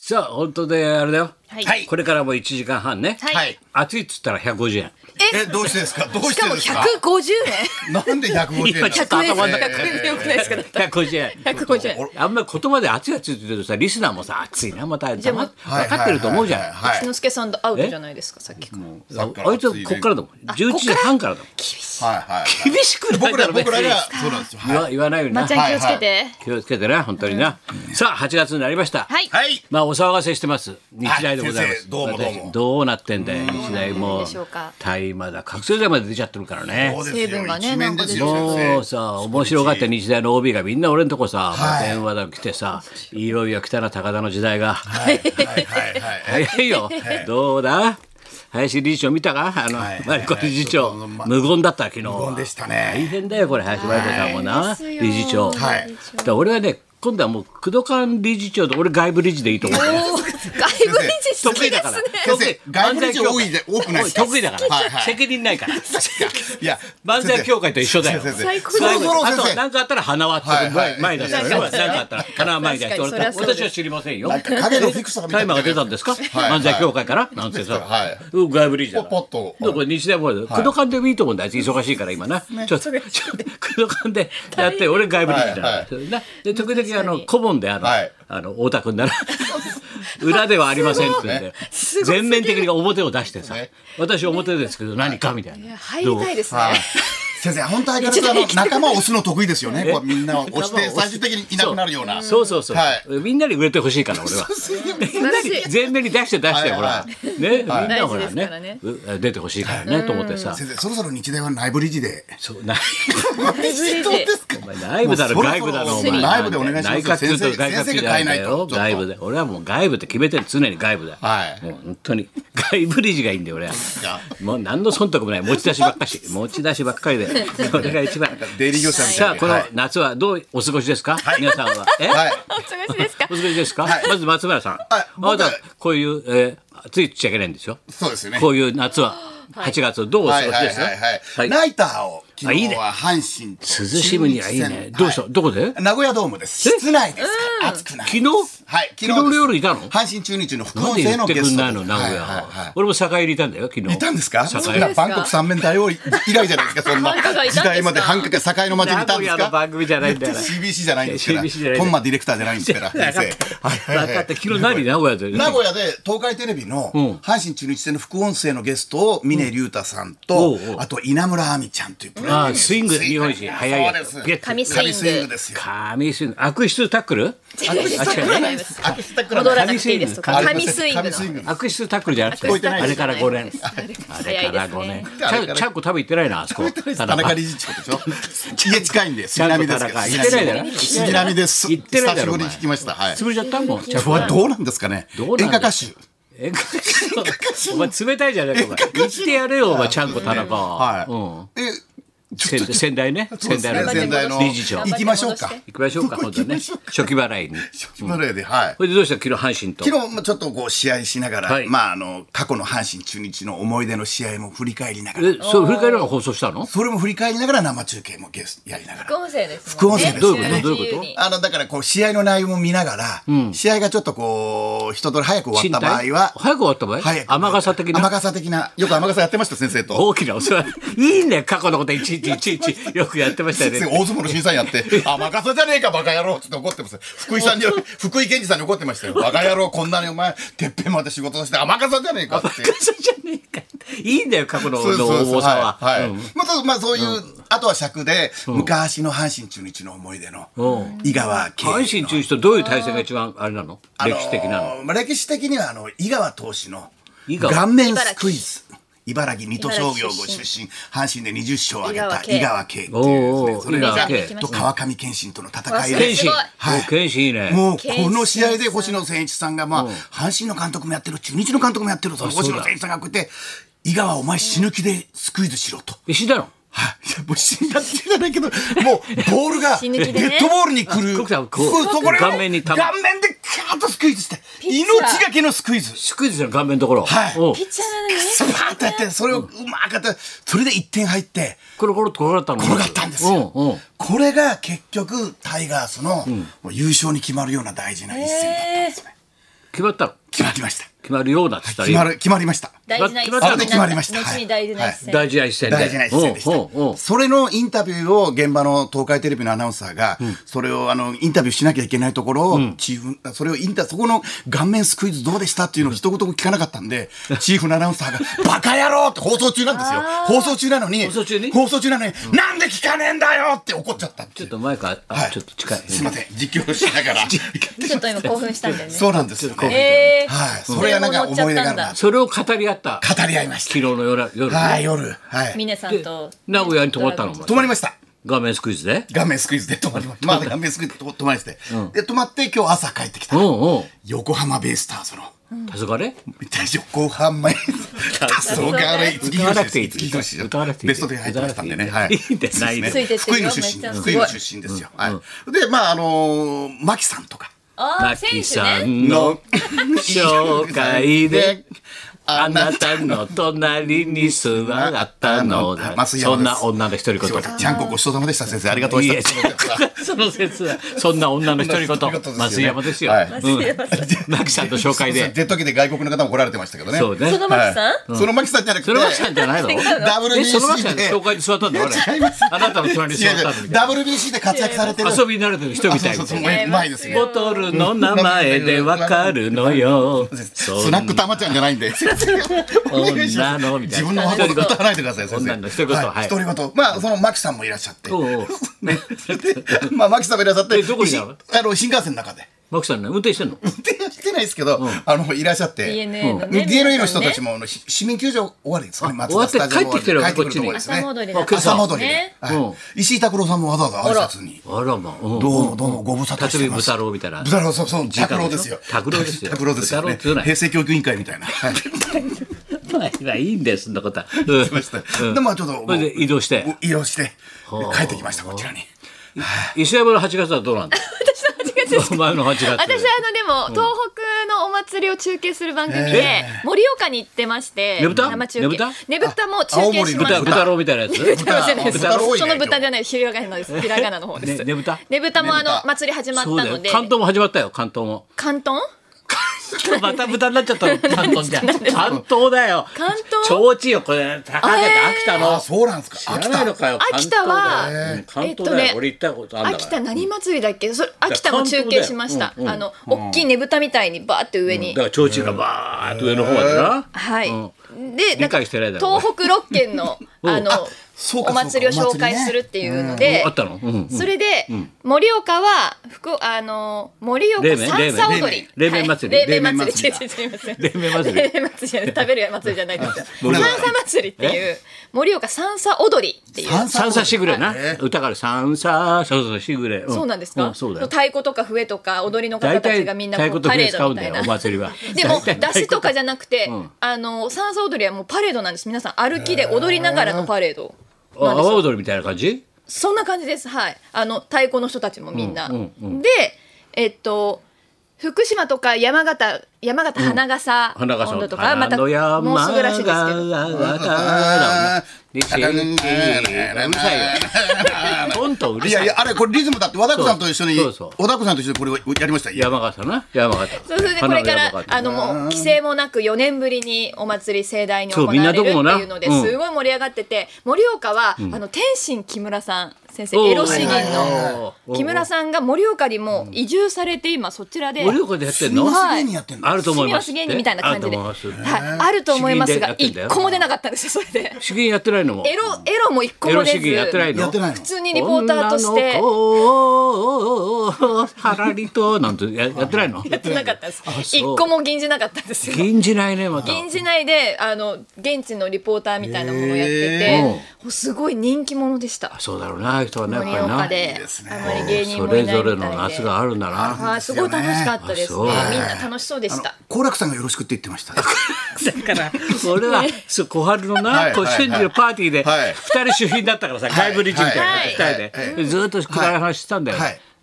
さあ本当であれだよ、 はい。 これからも1時間半ね、 はい。 暑いっつったら150円。 どうしてですか。どうししかもてですか。 150円。 なんで150円なんですか。 100円頭の中 100円でよくないですか。だったら 150円。 150円。 あんまり言葉で暑い暑いって言ってるとさ、リスナーもさ暑いなまたじゃあもう分かってると思うじゃん。 はい一之輔さんとアウトじゃないですか、さっきから。 あいつはこっからだもん。11時半からだもん。 はい。 厳しくないだろ僕らが別にそうなんですよ。 言わないようになまっち。ゃん気をつけて。 気をつけてな本当にな。さあ8月になりました。 はい。 はい。 まあお騒がせしてます日大でございます。 先生どうもどうも私どうなってんだよ日大どもうでしょうか大麻だ覚醒剤まで出ちゃってるからね。 そうですよ。 成分がね一面ですよなんか先生。 もうさ面白がって日大の OB がみんな俺のとこさ、 はい電話だ来てさいよいよ来たな高田の時代がはいはい。 早いよどうだ林理事長見たかはいマリコ理事長ちょっと無言だった昨日無言でした大ね。 変だよこれ林真理子さんもなそうですよ理事長はいだから俺はね今度はもう工藤官理事長と俺外部理事でいいと思うねおー外部理事好きですね。 先生外部理事多くないですか。 得意だから、 はいはい責任ないからいや漫才協会と一緒だよ先生最高そろそろあと先生何かあったら花輪って前出すからはいはい何かあったら花輪前出して確かにそりゃそうです私は知りませんよなんか影のフィクサーみたいなタイマーが出たんですか漫才協会からなんてさはい外部理事だポッとこれ日大も工藤官でもいいと思うんだあいつ忙しいから今なちょっと工藤官でやって俺外部理事だはいそれなで時々顧問ではい太田君なら裏ではありませんって言うんですごすぎる全面的に表を出してさね私表ですけど何かみたいな入りたいですね。 はい。先生本当相変わらず仲間を押すの得意ですよね。こうみんなを押して最終的にいなくなるような。 そうそうそう、 はいみんなに売れてほしいから俺はみんなに全面に出してほら、 はね、みんなほら大事ですからね出てほしいからねと思ってさ先生そろそろ日大は内部理事で。 そうな外部理事お前内部だろもうそろそろ外部だろお前内部でお願いします内閣って言うと外閣先生じゃないんだよ先生が変えないとちょっと外部で俺はもう外部って決めてる常に外部だはいもう本当に外部理事がいいんだよ俺はやもう何の忖度もない持ち出しばっかし持ち出しばっかりでこれが一番出入り業者みたいな。 さあこのはい夏はどうお過ごしですか、皆さんははい。 お過ごしですかお過ごしですか、 はいまず松村さん、 はいあ僕はなたこういう、ついつっちゃいけないんですよそうですよね。 こういう夏は8月どうお過ごしですか、はいナイターを昨あいいね日は阪神と涼しむにはいいねどうした、どこで名古屋ドームです。室内ですから暑くない。 昨日はい。 昨日の夜いたの阪神中日の副音なんで言って声のゲストくんないの名古屋、俺も栄にいたんだよ昨日いたんですか。 栄そんなバンコク三面大王以来じゃないですか。そんな繁華街いたんですか時代まで繁華街境の街にいたんです名古屋のか。 番組じゃないんだよ CBC じゃないんですから CBC じゃないトンマディレクターじゃないんですから先生。 分かった昨日何名古屋で名古屋で東海テレビの阪神中日戦の副音声のゲストを峰竜太さんと、あと稲村亜美ちゃんというプロデューサーああスイング日本一速いやつそうですゲッツ神スイング神スイングですよ。 神スイング悪質タックル悪質タックルじゃないです。悪質タックル戻らなくていいですとか。 神神スイングの。 神スイング悪質タックルじゃなくて聞こえてないあれから5年あれから5 早い年ですちゃんこ食べ行ってないなあそこ田中理事長でしょ。家近いんで杉並ですけど。 ちゃんと田中行ってないだろ杉並です。 行ってないだろ久しぶりに聞きました。はい。 潰れちゃったもんちゃんこれはどうなんですかね。 どうなんだ演歌歌手。 演歌歌手お前冷たいじゃないかお前言ってやれよお前ちゃんこ田中はい。 先代ね先代の先代の理事長行きましょうか。 行きましょうか本当にね初期払いに初期払いで、はい。 これでどうした昨日阪神と昨日もちょっとこう試合しながら、 はいまあ過去の阪神中日の思い出の試合も振り返りながら、 そう振り返りながら放送したのそれも振り返りながら生中継もゲストやりながら。 副音声です。 副音声ですどういうことどういうことだからこう試合の内容も見ながら、試合がちょっとこう一通り早く終わった場合は早く終わった場合雨傘的な雨傘的なよく雨傘やってました先生と。 大きなお世話いいね過去のこといちいちいちいちよくやってましたよね大相撲の審査員やって「雨傘じゃねえかバカ野郎」って怒ってます。福井健二さんに怒ってましたよ。バカ野郎こんなにお前てっぺんまで仕事して雨傘じゃねえかって。 雨傘じゃねえかいいんだよ過去のそうそうそう重さははいはいうんまあそういうあとは尺で昔の阪神中日の思い出の井川圭阪神中日とどういう対戦が一番あれなの歴史的なのまあ歴史的には井川投手の井川顔面スクイズ。茨城水戸商業ご出身阪神で20勝を挙げた井川圭っていうですね。それ井川が圭と川上憲伸との戦い謙で信はい謙信いいねもうこの試合で星野千一さんがまあ阪神の監督もやってる中日の監督もやってるその星野千一さんがこうやって井川お前死ぬ気でスクイズしろと。 石だろはい、いやもう死んだってじゃないけど、もうボールがデ死ぬ気でねッドボールに来る。 黒木さんこうそこで顔面に顔面でカーッとスクイズして、命がけのスクイズ。 スクイズの顔面のところはいおうピッチャーなのにね。 スパーッとやってそれをうまくやってそれで1点入ってコロコロっと転がったの転がったんですよ。 うんうんこれが結局タイガースのもう優勝に決まるような大事な一戦だったんですね。 決まったの？ 決まりました。 決まるようだっつったら決まりました。 大事な一戦あれで決まりました。 後に大事な一戦。 大事な一戦で。 大事な一戦でした。それのインタビューを現場の東海テレビのアナウンサーが、それをインタビューしなきゃいけないところを、チーフ、それをそこの顔面スクイズどうでしたっていうのを一言も聞かなかったんで、チーフのアナウンサーが、バカ野郎って放送中なんですよ。放送中なのに、なんで聞かねえんだよって怒っちゃったって。 ちょっと前から、ちょっと近い。 すみません、実況しながら。 ちょっと今興奮したんだよね。 そうなんですよね。はい。それがなんか思い出があるな。 それを語り合った。 語り合いました。 昨日の夜。 はい、夜。はい。 峰さんと。 名古屋に泊まったの？ 泊まりました。 画面スクイズで泊まりました。まあ画面スクイズで泊まりまして。で、泊まって今日朝帰ってきた。横浜ベイスターズの。 黄昏？ 横浜黄昏歌わなくていい。 ベスト10入ってましたんでね。はい。 いいんでないの。 福井の出身ですよ。はい。で、まあ牧さんとか。 牧さんの紹介であなたの隣に座ったのだ。そんな女の独り言。 ちゃんこごちそうさまでした先生、ありがとうございます。 その説はそんな女の独り言、増山ですよ。牧さんと紹介で。 で時で外国の方も来られてましたけどね。 そうね。 その牧さん？ その牧さんじゃなくて。 その牧さんじゃないの？ WBC その牧さん紹介で座ったんだよ。あなたの隣に座ったんだ。 WBC で活躍されてる。 遊びに慣れてる人みたいな。うまいですね。 ボトルの名前でわかるのよ。 スナックたまちゃんじゃないんで。 女のみたいな。 自分の独り言話ないでください先生。 女の独り言。 はい。独り言。まあその牧さんもいらっしゃって。まあ牧さんもいらっしゃって。 どこにいたの？新幹線の中で。 牧さんね、運転してんの？ 運転してないですけど、いらっしゃって。DNA の人たちも市民球場終わりですね。 終わって帰ってきてるこっちに。 朝戻り朝戻りで。石井拓郎さんもわざわざ挨拶に。 あらま。 どうもご無沙汰してます。 豚郎みたいな。 豚郎、そう、拓郎ですよ。 拓郎ですよ。 拓郎ですよね。平成教育委員会みたいな。 いいんです、そんなことは。 でもちょっと移動して帰ってきましたこちらに。 石山の8月はどうなんだ？前の8月。 私でも東北のお祭りを中継する番組で盛岡に行ってまして、 ねぶた？ 生中継。ねぶたも中継しました。 豚郎みたいなやつ？ その豚じゃない、ひらがなです。ひらがなの方です。 ねぶた？ ねぶたも祭り始まったので。 関東も始まったよ、関東も。 関東？ また豚になっちゃったの。関東じゃ。関東だよ。 関東？ ちょうちよ、これ。高橋秋田の。 そうなんですか。 知らないのかよ。 秋田は、 俺行ったことあるんだから。 秋田何祭りだっけ？秋田も中継しました。大きいねぶたみたいにバーって上に。 だからちょうちがバーって上の方までな。 はい。で、 理解してないだろ。 東北6県の、お祭りを紹介するっていうので、それで、盛岡は、盛岡三叉踊り。 冷麺祭り。 冷麺祭り。冷麺祭りじゃない。食べる祭りじゃないですよ。三叉祭りっていう、盛岡三叉踊りっていう。 三叉しぐれな。歌から三叉、そうしぐれ。 そうなんですか？太鼓とか笛とか踊りの方たちがみんなパレードみたいな。 お祭りは。 でも、出汁とかじゃなくて、三叉踊りはもうパレードなんです。皆さん歩きで踊りながらのパレード。 阿波踊りみたいな感じ？ そんな感じです。はい。太鼓の人たちもみんな。で、福島とか山形花笠温度とかまたもうすぐらしいですけど。 うるさいよ。トントンうるさい。 いやあれこれリズムだって和田子さんと一緒にこれやりました。 山形な。山形。 それでこれからもう規制もなく4年ぶりにお祭り盛大に行われるっていうのですごい盛り上がってて、盛岡は天心木村さん先生、エロ詩吟の木村さんが盛岡にも移住されて今そちらで盛岡でやってんの？あると思います。 芸人みたいな感じで、あると思いますが一個も出なかったんですよ。それで詩吟やってないのもエロも一個も出ず、普通にリポーターとしてはらりとなんてやってないの？ やってなかったです。一個も吟じなかったんですよ。 吟じないね。また吟じないで現地のリポーターみたいなものをやってて、すごい人気者でした。 そうだろうな、人はね、やっぱりな。 盛岡であまり芸人もいないみたいで、 それぞれの夏があるんだな。 すごい楽しかったです。みんな楽しそうでした。 好楽さんがよろしくって言ってました。 だから俺は小春のな春秋のパーティーで2人主賓だったからさ、外部理事みたいな2人でずっと暗い話してたんだよ。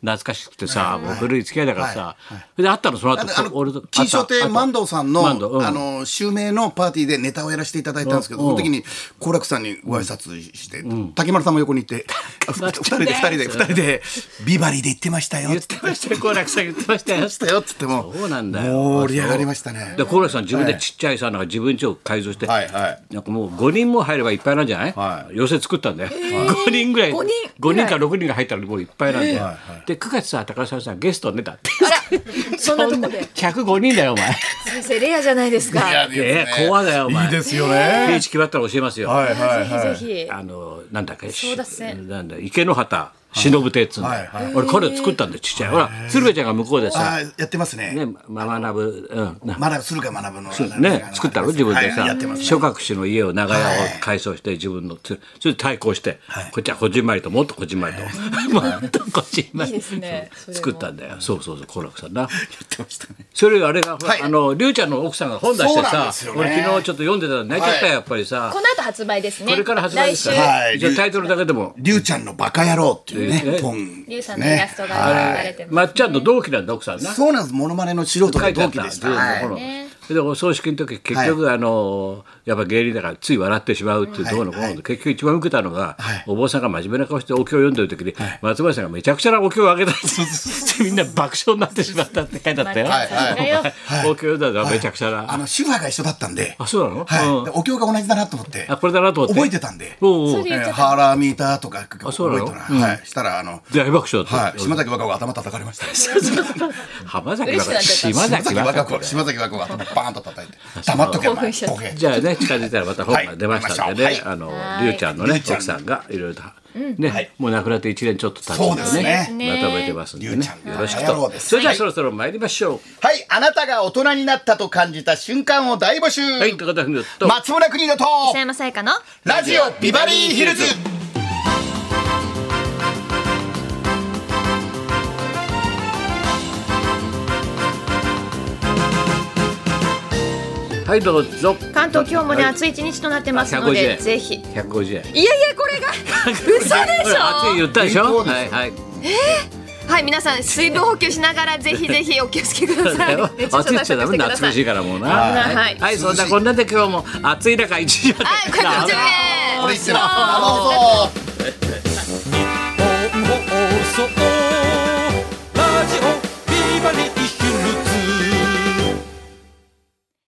懐かしくてさ、もう古い付き合いだからさ、で会ったのその後俺と金賞亭万堂さんの万堂襲名のパーティーでネタをやらせていただいたんですけど、その時に好楽さんにご挨拶して竹丸さんも横にいて二人でビバリーで言ってましたよ言ってましたよ、好楽さん言ってましたよって言ってもそうなんだよ、 盛り上がりましたね。 で好楽さん自分でちっちゃいさ、なんか自分家を改造して、なんかもう5人も入ればいっぱいなんじゃない、寄席作ったんだよ、5人ぐらい5人か6人が入ったらもういっぱいなんだよ、で9月さ高橋さんゲスト出たってそんなとこで 105人だよお前先生レアじゃないですか。 怖だよお前。 いいですよね。 ピーチ決まったら教えますよ。 ぜひぜひ。 なんだっけ、 なんだ池之畑忍亭っつうんだよ。俺これ作ったんだよちっちゃい。ほら鶴瓶ちゃんが向こうでさやってますね。 学ぶ鶴が学ぶのね作ったの自分でさ、諸隠しの家を長屋を改装して自分のそれで対抗してこっちはこじんまりともっとこじんまりともっとこじんまり作ったんだよ。そう好楽さんな。それあれが龍ちゃんの奥さんが本出してさ、俺昨日ちょっと読んでたら泣いちゃったよやっぱりさ。 この後発売ですね。 これから発売ですから。じゃあタイトルだけでも龍ちゃんのバカ野郎っていうね本。 龍さんのイラストが描かれてます。 まっちゃんの同期なんだ奥さんな。 そうなんです。モノマネの素人で同期でした。 でお葬式の時結局やっぱ芸人だからつい笑ってしまうっていうところの今度結局一番受けたのがお坊さんが真面目な顔してお経を読んでる時に松林さんがめちゃくちゃなお経をあげたってみんな爆笑になってしまったって書いてあったよ。お経を読んだのはめちゃくちゃな宗派が一緒だったんで。 あそうなの。 お経が同じだなと思ってこれだなと思って覚えてたんでハラミタとか覚えてたしたら大爆笑だった。 島崎和歌子が頭叩かれましたね。 島崎和歌子が頭バーンと叩いて黙っとけばじゃあね近づいたらまた本が出ましたんでね龍ちゃんのね奥さんがいろいろとねもう亡くなって1年ちょっと経つんでねまとめてますんでねよろしくと。それじゃあそろそろ参りましょう。 はい、あなたが大人になったと感じた瞬間を大募集。 はい高田文夫と松村邦洋と磯山さやかのラジオビバリーヒルズ。 はいどうぞ。 関東今日もね暑い一日となってますのでぜひ 150円。 いやこれが嘘でしょ。 暑い言ったでしょ。 はい皆さん水分補給しながらぜひぜひお気をつけください。 暑いっちゃダメだ暑苦しいからもうな。はいそんなこんなで今日も暑い中1時まで。 はいこれ俺言ってな。